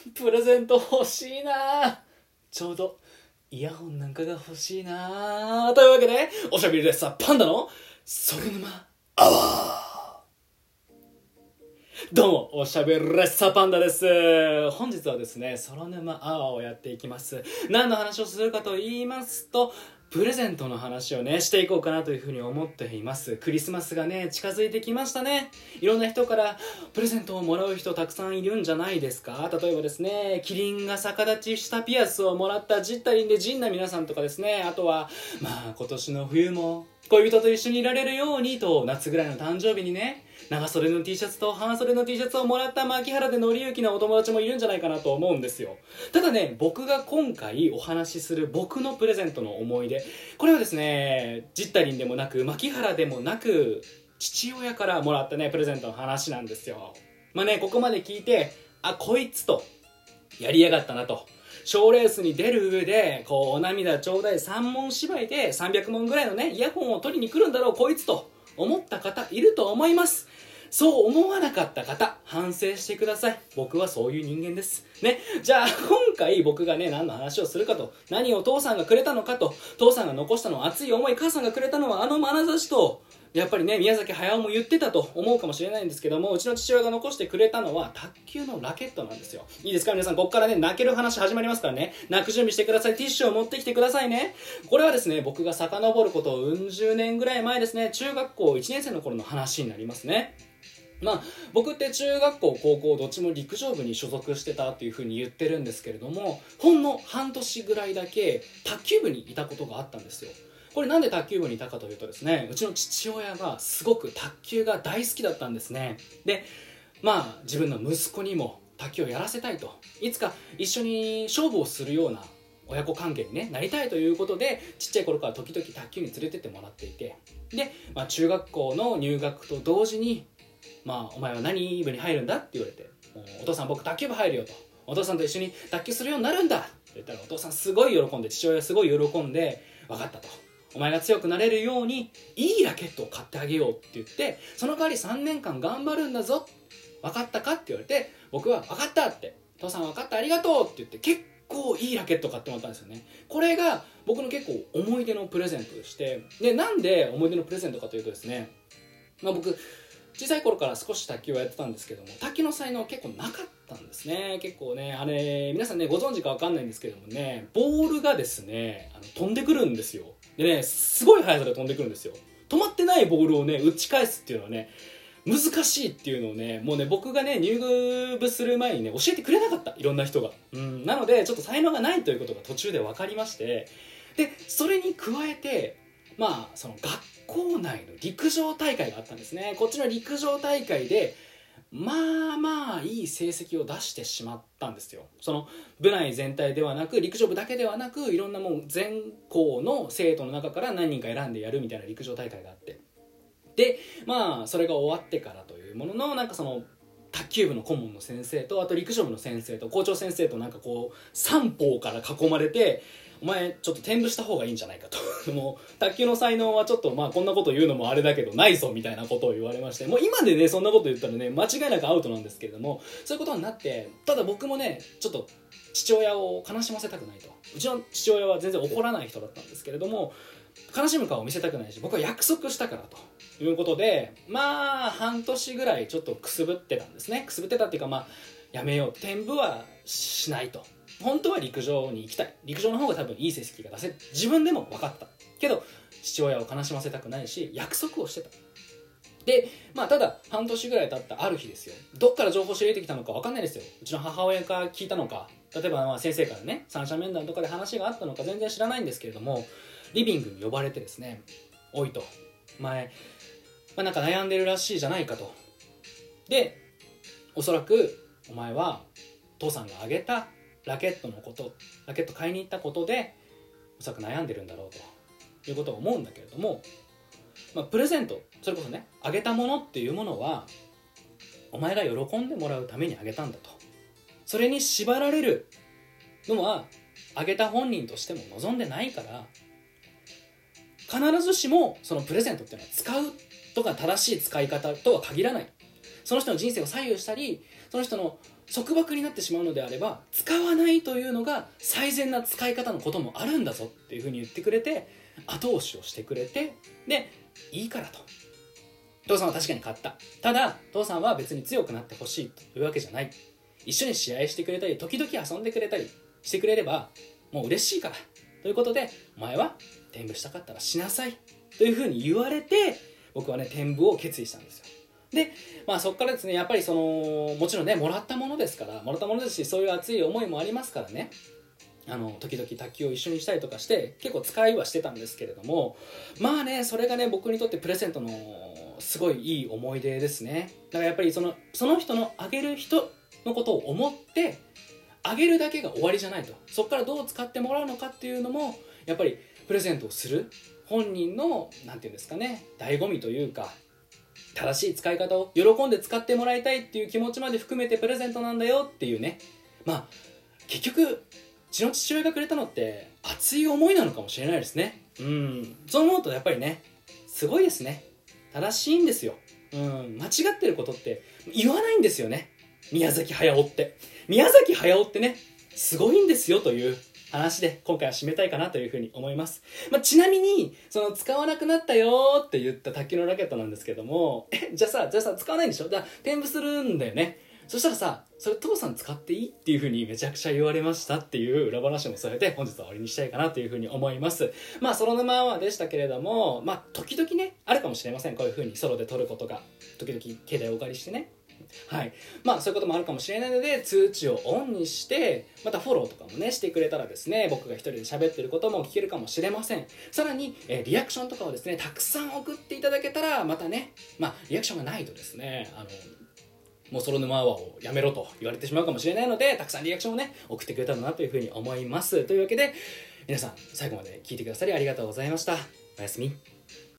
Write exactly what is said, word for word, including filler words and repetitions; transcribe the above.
プレゼント欲しいな。ちょうどイヤホンなんかが欲しいな。というわけで、おしゃべりレッサーパンダのソル沼アワー。どうも、おしゃべりレッサーパンダです。本日はですね、ソロ沼アワーをやっていきます。何の話をするかと言いますと、プレゼントの話をね、していこうかなというふうに思っています。クリスマスがね、近づいてきましたね。いろんな人からプレゼントをもらう人たくさんいるんじゃないですか。例えばですね、キリンが逆立ちしたピアスをもらったジッタリンでジンな皆さんとかですね、あとは、まあ今年の冬も恋人と一緒にいられるようにと、夏ぐらいの誕生日にね、長袖の T シャツと半袖の T シャツをもらった牧原で乗り行きなお友達もいるんじゃないかなと思うんですよ。ただね、僕が今回お話しする僕のプレゼントの思い出、これはですね、ジッタリンでもなく牧原でもなく、父親からもらったねプレゼントの話なんですよ。まあね、ここまで聞いて、あ、こいつとやりやがったなと、賞レースに出る上でこうお涙ちょうだいさんもん芝居でさんびゃくもんぐらいのねイヤホンを取りに来るんだろうこいつと思った方いると思います。そう思わなかった方、反省してください。僕はそういう人間ですね。じゃあ今回僕がね何の話をするかと、何を父さんがくれたのかと、父さんが残したのは熱い思い、母さんがくれたのはあの眼差しと、やっぱりね宮崎駿も言ってたと思うかもしれないんですけども、うちの父親が残してくれたのは卓球のラケットなんですよ。いいですか皆さん、ここからね泣ける話始まりますからね、泣く準備してください。ティッシュを持ってきてくださいね。これはですね、僕が遡ることうん十年ぐらい前ですね、中学校いちねん生の頃の話になりますね。まあ、僕って中学校高校どっちも陸上部に所属してたっていう風に言ってるんですけれども、ほんの半年ぐらいだけ卓球部にいたことがあったんですよ。これなんで卓球部にいたかというとですね、うちの父親がすごく卓球が大好きだったんですね。で、まあ自分の息子にも卓球をやらせたいと、いつか一緒に勝負をするような親子関係に、ね、なりたいということで、ちっちゃい頃から時々卓球に連れてってもらっていて、で、まあ、中学校の入学と同時に、まあ、お前は何部に入るんだって言われて、お父さん僕卓球部入るよと、お父さんと一緒に卓球するようになるんだって言ったら、お父さんすごい喜んで、父親すごい喜んで、分かったと、お前が強くなれるようにいいラケットを買ってあげようって言って、その代わりさんねんかん頑張るんだぞ、分かったかって言われて、僕は分かったって、父さん分かった、ありがとうって言って、結構いいラケット買ってもらったんですよね。これが僕の結構思い出のプレゼントでして、でなんで思い出のプレゼントかというとですね、まあ、僕小さい頃から少し卓球をやってたんですけども、卓球の才能結構なかったんですね。結構ね、あれ皆さんねご存知か分かんないんですけどもね、ボールがですねあの飛んでくるんですよ。でね、すごい速さで飛んでくるんですよ。止まってないボールをね打ち返すっていうのはね難しいっていうのをね、もうね僕がね入部する前にね教えてくれなかった、いろんな人が。うんなのでちょっと才能がないということが途中で分かりまして、でそれに加えて、まあその学校内の陸上大会があったんですね。こっちの陸上大会でまあまあいい成績を出してしまったんですよ。その部内全体ではなく、陸上部だけではなく、いろんなもう全校の生徒の中から何人か選んでやるみたいな陸上大会があって、でまあそれが終わってからというものの、なんかその卓球部の顧問の先生と、あと陸上部の先生と校長先生となんかこう三方から囲まれて、お前ちょっと転部した方がいいんじゃないかともう卓球の才能はちょっとまあこんなこと言うのもあれだけどないぞみたいなことを言われまして、もう今でねそんなこと言ったらね間違いなくアウトなんですけれども、そういうことになって、ただ僕もねちょっと父親を悲しませたくないと、うちの父親は全然怒らない人だったんですけれども、悲しむ顔を見せたくないし、僕は約束したからということで、まあ半年ぐらいちょっとくすぶってたんですね。くすぶってたっていうか、まあやめよう、転部はしないと、本当は陸上に行きたい、陸上の方が多分いい成績が出せる、自分でも分かったけど父親を悲しませたくないし約束をしてた。でまあただ半年ぐらい経ったある日ですよ、どっから情報を仕入れてきたのか分かんないですよ。うちの母親から聞いたのか、例えばまあ先生からね三者面談とかで話があったのか全然知らないんですけれども、リビングに呼ばれてですね、おいと、お前、まあ、なんか悩んでるらしいじゃないかと。でおそらくお前は父さんがあげたラケットのこと、ラケット買いに行ったことでおそらく悩んでるんだろうということを思うんだけれども、まあ、プレゼント、それこそねあげたものっていうものはお前が喜んでもらうためにあげたんだと、それに縛られるのはあげた本人としても望んでないから、必ずしもそのプレゼントっていうのは使うとか正しい使い方とは限らない、その人の人生を左右したりその人の束縛になってしまうのであれば、使わないというのが最善な使い方のこともあるんだぞっていうふうに言ってくれて、後押しをしてくれて、でいいからと、父さんは確かに買った、ただ父さんは別に強くなってほしいというわけじゃない、一緒に試合してくれたり時々遊んでくれたりしてくれればもう嬉しいからということで、お前は転部したかったらしなさいというふうに言われて、僕はね転部を決意したんですよ。で、まあそこからですね、やっぱりそのもちろんねもらったものですからもらったものですし、そういう熱い思いもありますからね、あの時々卓球を一緒にしたりとかして結構使いはしてたんですけれども、まあねそれがね僕にとってプレゼントのすごいいい思い出ですね。だからやっぱりそのその人のあげる人のことを思ってあげるだけが終わりじゃないと、そこからどう使ってもらうのかっていうのもやっぱりプレゼントをする本人のなんていうんですかね、醍醐味というか、正しい使い方を喜んで使ってもらいたいっていう気持ちまで含めてプレゼントなんだよっていうね。まあ結局うちの父親がくれたのって熱い思いなのかもしれないですね。うん、そう思うとやっぱりねすごいですね。正しいんですよ。うん、間違ってることって言わないんですよね。宮崎駿って宮崎駿ってねすごいんですよという話で今回は締めたいかなというふうに思います。まあ、ちなみにその使わなくなったよって言った卓球のラケットなんですけども、えじゃあさじゃあさ使わないんでしょ、じゃあ転部するんだよね。そしたらさ、それ父さん使っていいっていう風にめちゃくちゃ言われましたっていう裏話も添えて本日は終わりにしたいかなという風に思います。まあその沼はでしたけれども、まあ時々ねあるかもしれません、こういう風にソロで撮ることが時々携帯をお借りしてね、はい、まあそういうこともあるかもしれないので通知をオンにしてまたフォローとかもねしてくれたらですね、僕が一人で喋ってることも聞けるかもしれません。さらに、えー、リアクションとかをですねたくさん送っていただけたらまたね、まあリアクションがないとですね、あのもうソロ沼アワーをやめろと言われてしまうかもしれないので、たくさんリアクションをね送ってくれたらなというふうに思います。というわけで皆さん最後まで聞いてくださりありがとうございました。おやすみ。